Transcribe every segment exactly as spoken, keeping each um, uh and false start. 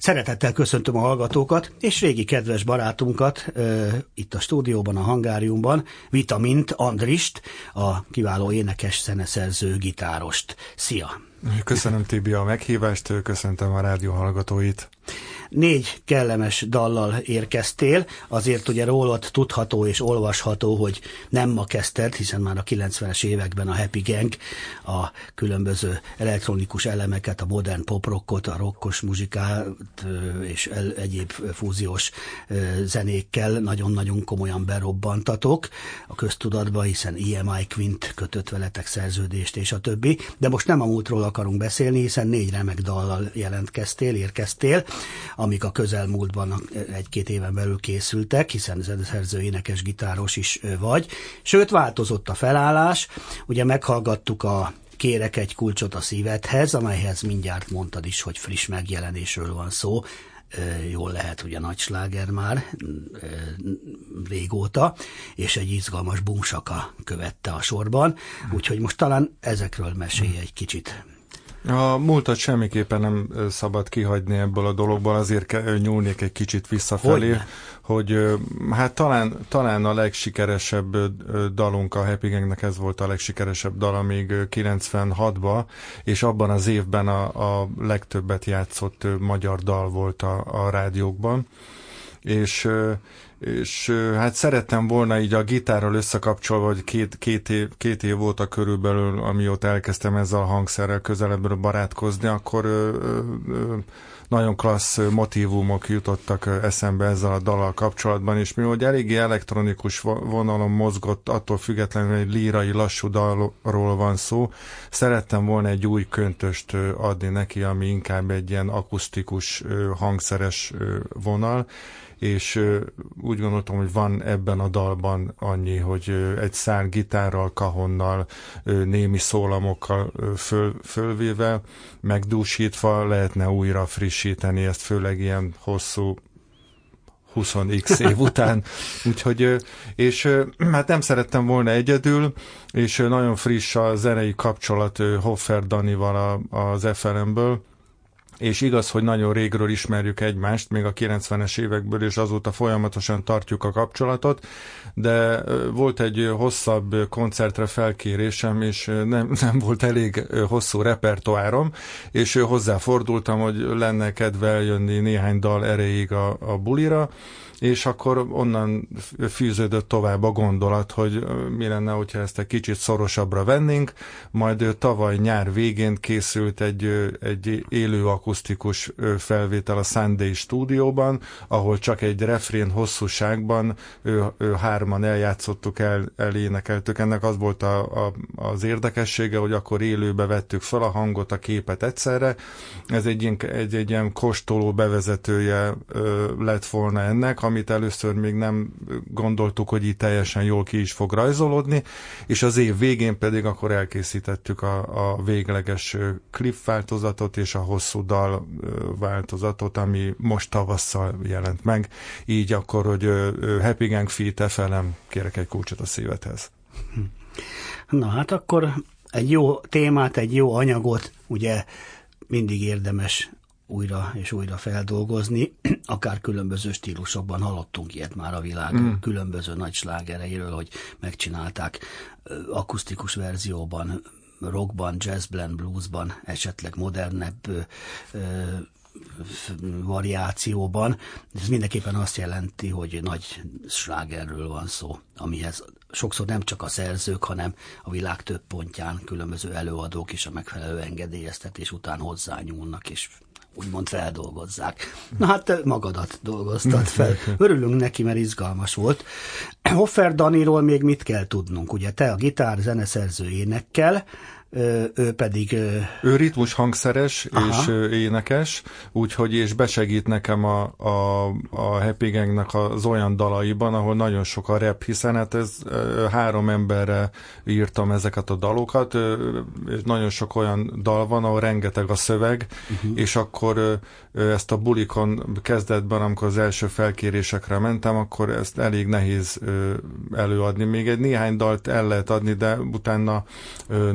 Szeretettel köszöntöm a hallgatókat, és régi kedves barátunkat uh, itt a stúdióban, a hangáriumban, Vitamint Andrist, a kiváló énekes, zeneszerző, gitárost. Szia! Köszönöm, Tibi, a meghívást, köszöntöm a rádió hallgatóit. Négy kellemes dallal érkeztél, azért ugye rólad tudható és olvasható, hogy nem ma kezdted, hiszen már a kilencvenes években a Happy Gang a különböző elektronikus elemeket, a modern poprockot, a rockos muzsikát és egyéb fúziós zenékkel nagyon-nagyon komolyan berobbantatok a köztudatba, hiszen i em i Quint kötött veletek szerződést és a többi, de most nem a múltról akarunk beszélni, hiszen négy remek dallal jelentkeztél, érkeztél, amik a közelmúltban egy-két éven belül készültek, hiszen zeneszerző, énekes, gitáros is vagy. Sőt, változott a felállás, ugye meghallgattuk a Kérek egy kulcsot a szívedhez, amelyhez mindjárt mondtad is, hogy friss megjelenésről van szó, jól lehet, ugye nagy sláger már régóta, és egy izgalmas bumsaka követte a sorban, úgyhogy most talán ezekről mesélj egy kicsit. A múltat semmiképpen nem szabad kihagyni ebből a dologból, azért nyúlnék egy kicsit visszafelé, Hogyne. hogy hát talán, talán a legsikeresebb dalunk, a Happy Gangnek ez volt a legsikeresebb dal, még kilencvenhatban, és abban az évben a, a legtöbbet játszott magyar dal volt a, a rádiókban, és és hát szerettem volna így a gitárral összekapcsolva, hogy két, két, év, két év óta körülbelül, amióta elkezdtem ezzel a hangszerrel közelebbről barátkozni, akkor ö, ö, nagyon klassz motívumok jutottak eszembe ezzel a dallal kapcsolatban, és mivel eléggé elektronikus vonalon mozgott, attól függetlenül egy lírai, lassú dalról van szó, szerettem volna egy új köntöst adni neki, ami inkább egy ilyen akusztikus, hangszeres vonal, és úgy gondoltam, hogy van ebben a dalban annyi, hogy egy szál gitárral, kahonnal, némi szólamokkal föl, fölvéve, megdúsítva lehetne újra frissíteni ezt, főleg ilyen hosszú húsz x év után. Úgyhogy, és hát nem szerettem volna egyedül, és nagyon friss a zenei kapcsolat Hoffer Danival az ef el em-ből, és igaz, hogy nagyon régről ismerjük egymást, még a kilencvenes évekből, és azóta folyamatosan tartjuk a kapcsolatot, de volt egy hosszabb koncertre felkérésem, és nem, nem volt elég hosszú repertoárom, és hozzáfordultam, hogy lenne kedve eljönni néhány dal erejéig a, a bulira, és akkor onnan fűződött tovább a gondolat, hogy mi lenne, hogyha ezt egy kicsit szorosabbra vennénk, majd tavaly nyár végén készült egy, egy élő akusztikus felvétel a Sunday stúdióban, ahol csak egy refrén hosszúságban ő, ő hárman eljátszottuk, el, elénekeltük. Ennek az volt a, a, az érdekessége, hogy akkor élőbe vettük fel a hangot, a képet egyszerre. Ez egy, egy, egy ilyen kóstoló bevezetője lett volna ennek, amit először még nem gondoltuk, hogy így teljesen jól ki is fog rajzolódni, és az év végén pedig akkor elkészítettük a, a végleges klip változatot és a hosszú dal változatot, ami most tavasszal jelent meg. Így akkor, hogy Happy Gang feat. ef el em, Kérek egy kulcsot a szívedhez. Na hát akkor egy jó témát, egy jó anyagot ugye mindig érdemes újra és újra feldolgozni, akár különböző stílusokban, hallottunk ilyet már a világ mm. különböző nagy slágereiről, hogy megcsinálták akusztikus verzióban, rockban, jazzben, bluesban, esetleg modernebb ö, ö, variációban. Ez mindenképpen azt jelenti, hogy nagy slágerről van szó, amihez sokszor nem csak a szerzők, hanem a világ több pontján különböző előadók is a megfelelő engedélyeztetés után hozzányúlnak, és úgymond feldolgozzák. Na hát magadat dolgoztad fel. Örülünk neki, mert izgalmas volt. Hoffer Daniról még mit kell tudnunk? Ugye te a gitár, zeneszerző, énekkel, ő pedig... Ő ritmus hangszeres Aha. és énekes, úgyhogy és besegít nekem a, a, a Happy Gangnek az olyan dalaiban, ahol nagyon sok a rap, hiszen hát ez három emberre írtam ezeket a dalokat, és nagyon sok olyan dal van, ahol rengeteg a szöveg, uh-huh. és akkor ezt a bulikon kezdetben, amikor az első felkérésekre mentem, akkor ezt elég nehéz előadni. Még egy néhány dalt el lehet adni, de utána nem.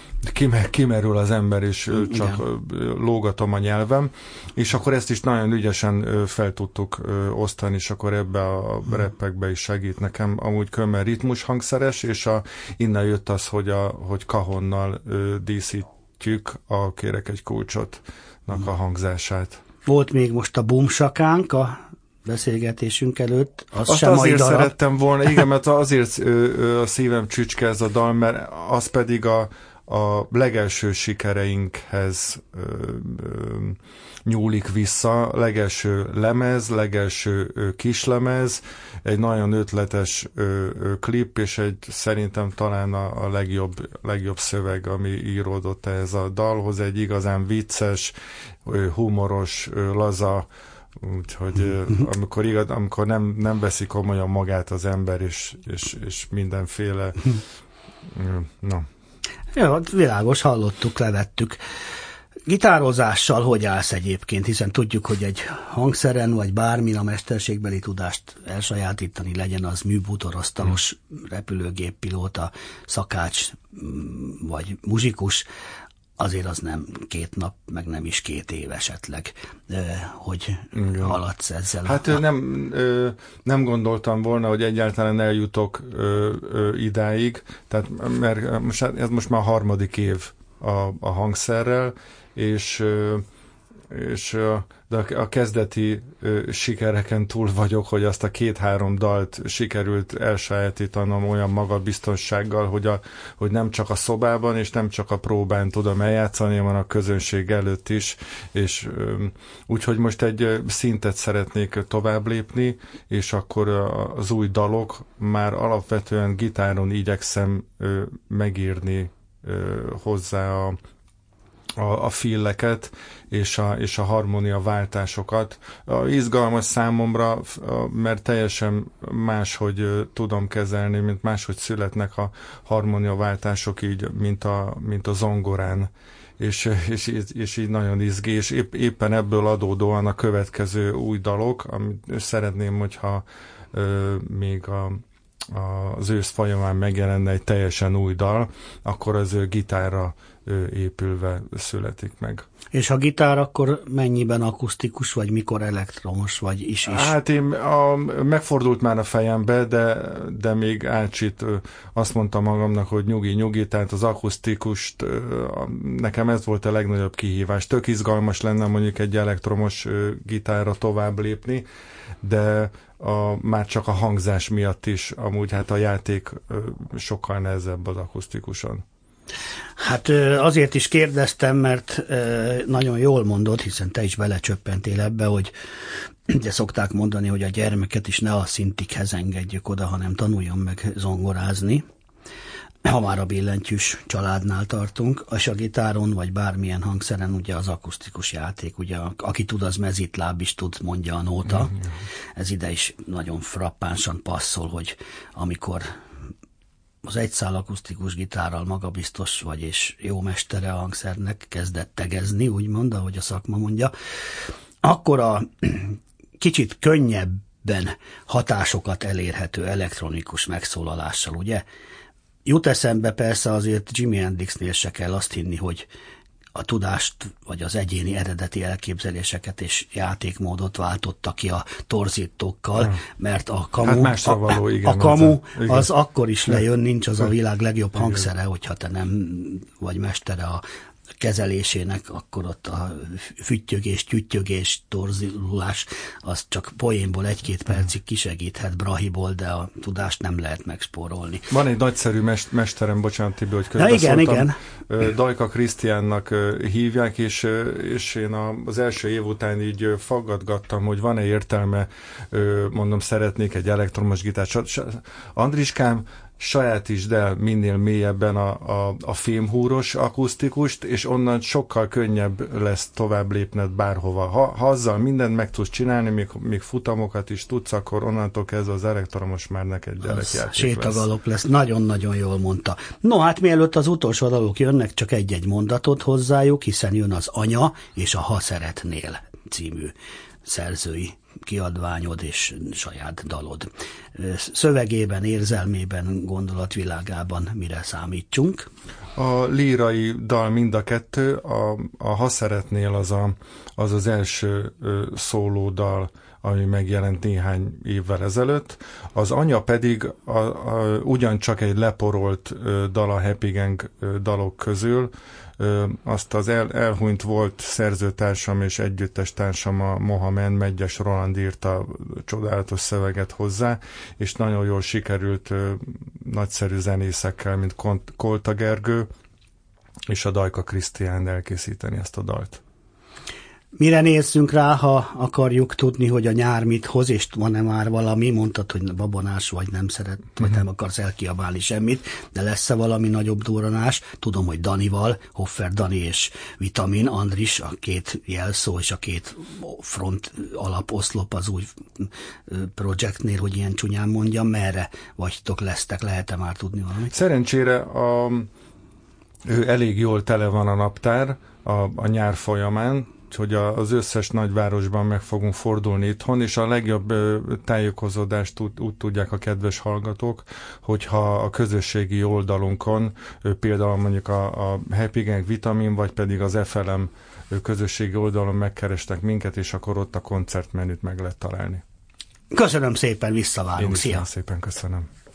kimer, kimerül az ember, és Igen. csak lógatom a nyelvem, és akkor ezt is nagyon ügyesen fel tudtuk osztani, és akkor ebbe a rappekbe is segít nekem. Amúgy különben ritmus hangszeres, és a, innen jött az, hogy, a, hogy kahonnal díszítjük a Kérek egy kulcsotnak a hangzását. Volt még most a bumsakánk a beszélgetésünk előtt, az Azt sem azért darab. szerettem volna, igen, mert azért a szívem csücske ez a dal, mert az pedig a, a legelső sikereinkhez ö, ö, nyúlik vissza, legelső lemez, legelső ö, kislemez, egy nagyon ötletes ö, ö, klip, és egy szerintem talán a, a legjobb, legjobb szöveg, ami íródott ehhez a dalhoz, egy igazán vicces, ö, humoros, ö, laza, úgyhogy uh, amikor, igaz, amikor nem, nem veszi komolyan magát az ember, és, és, és mindenféle uh, na. Ja, világos, hallottuk, levettük. Gitározással hogy állsz egyébként, hiszen tudjuk, hogy egy hangszeren, vagy bármin a mesterségbeli tudást elsajátítani, legyen az műbútorasztalos, repülőgéppilóta, szakács, vagy muzsikus, azért az nem két nap, meg nem is két év esetleg, hogy igen. haladsz ezzel. Hát a... nem, nem gondoltam volna, hogy egyáltalán eljutok idáig, tehát, mert most, ez most már a harmadik év a, a hangszerrel, és, és de a kezdeti sikereken túl vagyok, hogy azt a két-három dalt sikerült elsajátítanom olyan magabiztossággal, hogy, a, hogy nem csak a szobában, és nem csak a próbán tudom eljátszani, hanem a közönség előtt is, és úgyhogy most egy szintet szeretnék tovább lépni, és akkor az új dalok már alapvetően gitáron igyekszem megírni hozzá a a, a filleket és a, és a harmónia váltásokat. A izgalmas számomra, mert teljesen máshogy tudom kezelni, mint máshogy születnek a harmónia váltások így, mint a, mint a zongorán. És, és, és így nagyon izgi, és épp, éppen ebből adódóan a következő új dalok, amit szeretném, hogyha ö, még a az ősz folyamán megjelenne egy teljesen új dal, akkor az ő gitárra épülve születik meg. És a gitár akkor mennyiben akusztikus, vagy mikor elektromos, vagy is is? Hát én a, megfordult már a fejembe, de, de még Ácsit azt mondta magamnak, hogy nyugi, nyugi, tehát az akusztikust, nekem ez volt a legnagyobb kihívás. Tök izgalmas lenne mondjuk egy elektromos gitárra tovább lépni, de a, már csak a hangzás miatt is, amúgy hát a játék sokkal nehezebb az akusztikuson. Hát azért is kérdeztem, mert nagyon jól mondod, hiszen te is belecsöppentél ebbe, hogy ugye szokták mondani, hogy a gyermeket is ne a szintikhez engedjük oda, hanem tanuljon meg zongorázni. Ha már a billentyűs családnál tartunk, és a gitáron, vagy bármilyen hangszeren ugye az akusztikus játék, ugye aki tud, az mezitláb is tud, mondja a nóta. Ez ide is nagyon frappánsan passzol, hogy amikor az egyszál akusztikus gitárral magabiztos vagy, és jó mestere a hangszernek kezdett tegezni, úgymond, ahogy a szakma mondja, akkor a kicsit könnyebben hatásokat elérhető elektronikus megszólalással, ugye? Jut eszembe persze azért Jimi Hendrixnél se kell azt hinni, hogy a tudást, vagy az egyéni eredeti elképzeléseket és játékmódot váltotta ki a torzítókkal, mert a kamu, hát a, való, igen, a kamu az, az akkor is lejön, nincs az a világ legjobb hangszere, hogyha te nem vagy mestere a kezelésének, akkor ott a füttyögés, tyüttyögés, torzulás, az csak poénból egy-két percig kisegíthet brahiból, de a tudást nem lehet megspórolni. Van egy nagyszerű mest- mesterem, bocsánat Tibi, hogy közbeszóltam. Igen, igen. Dajka Krisztiánnak hívják, és, és én az első év után így faggatgattam, hogy van-e értelme, mondom, szeretnék egy elektromos gitárt. Andriskám, sajátítsd el minél mélyebben a, a, a fémhúros akusztikust, és onnan sokkal könnyebb lesz tovább lépned bárhova. Ha, ha azzal mindent meg tudsz csinálni, még, még futamokat is tudsz, akkor onnantól kezdve az elektromos már neked gyerekjáték lesz. Sétagalop lesz. Nagyon-nagyon jól mondta. No, hát mielőtt az utolsó dalok jönnek, csak egy-egy mondatot hozzájuk, hiszen jön az Anya és a Ha szeretnél című szerzői kiadványod és saját dalod. Szövegében, érzelmében, gondolatvilágában mire számítsunk? A lírai dal mind a kettő, a, a Ha szeretnél az, a, az az első ö, szóló dal, ami megjelent néhány évvel ezelőtt. Az Anya pedig a, a, ugyancsak egy leporolt ö, dal a Happy Gang ö, dalok közül. Ö, azt az el, elhunyt volt szerzőtársam és együttestársam, a Mohamed Megyes Roland írta csodálatos szöveget hozzá, és nagyon jól sikerült ö, nagyszerű zenészekkel, mint Kont, Kolta Gergő és a Dajka Krisztián elkészíteni ezt a dalt. Mire nézzünk rá, ha akarjuk tudni, hogy a nyár mit hoz, és van-e már valami? Mondtad, hogy babonás vagy, nem szeret, uh-huh. vagy nem akarsz elkiabálni semmit, de lesz-e valami nagyobb durranás? Tudom, hogy Danival, Hoffer Dani és Vitamin Andris, a két jelszó és a két front alaposzlop az új projektnél, hogy ilyen csúnyán mondjam, merre vagytok, lesztek, lehet-e már tudni valamit? Szerencsére a, ő elég jól tele van a naptár a, a nyár folyamán, hogy az összes nagyvárosban meg fogunk fordulni itthon, és a legjobb tájékozódást úgy, úgy tudják a kedves hallgatók, hogyha a közösségi oldalunkon, például mondjuk a, a Happy Gang Vitamin, vagy pedig az ef el em közösségi oldalon megkerestek minket, és akkor ott a koncertmenüt meg lehet találni. Köszönöm szépen, visszavárunk. Én is Szia! szépen köszönöm.